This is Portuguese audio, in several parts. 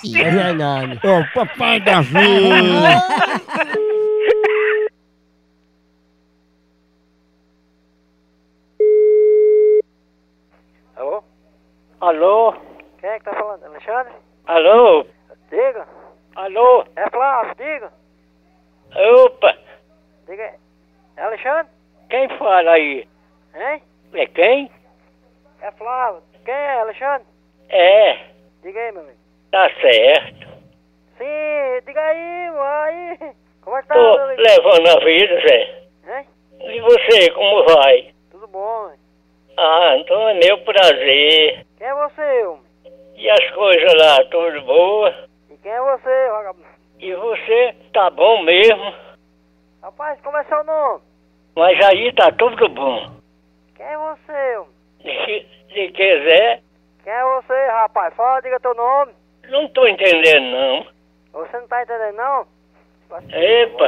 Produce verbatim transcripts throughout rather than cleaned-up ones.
É verdade. Ô, papai da vida. Alô? Alô? Quem é que tá falando? Alexandre? Alô? Diga. Alô? É Flávio, diga. Opa! Diga aí. É Alexandre? Quem fala aí? Hein? É quem? É Flávio. Quem é Alexandre? É, Diga aí, meu amigo. tá certo. Sim, diga aí, aí. Como é que tá, Tô meu amigo? levando a vida, Zé. Hein? E você, como vai? Tudo bom, hein? Ah, então é meu prazer. Quem é você, homem? E as coisas lá, tudo boa? E quem é você, vagabundo? E você, tá bom mesmo? Rapaz, como é seu nome? Mas aí tá tudo bom. Quem é você, homem? Se, se quiser, Quem é você, rapaz? Fala, diga teu nome. não tô entendendo não. Você não tá entendendo, não? Epa!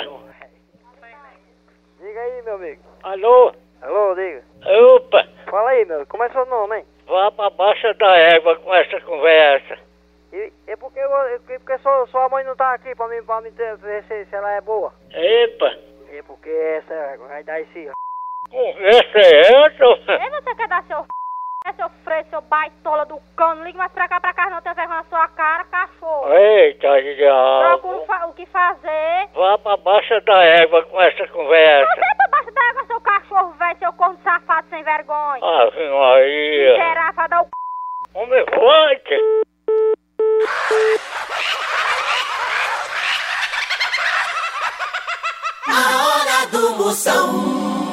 Diga aí, meu amigo. Alô? Alô, diga. Opa! Fala aí, meu. Como é seu nome, hein? Vá pra baixa da égua com essa conversa. E, e por que, eu- e porque sua, sua mãe não tá aqui pra mim, pra mim ter, ver se, se ela é boa? Epa! E porque essa vai dar esse... Conversa é essa? E você quer dar seu f... é seu freio, seu baitola do cano? Ligue mais pra cá, pra cá, não tem vergonha na sua cara, cachorro. Eita, diabo! Procura o fa- o que fazer. Vá pra baixa da égua com essa conversa. Você é pra baixo da água, seu cachorro velho, seu corno safado sem vergonha. Ave Maria! Miserável, vai dar o c... Homem forte! A hora do Moção.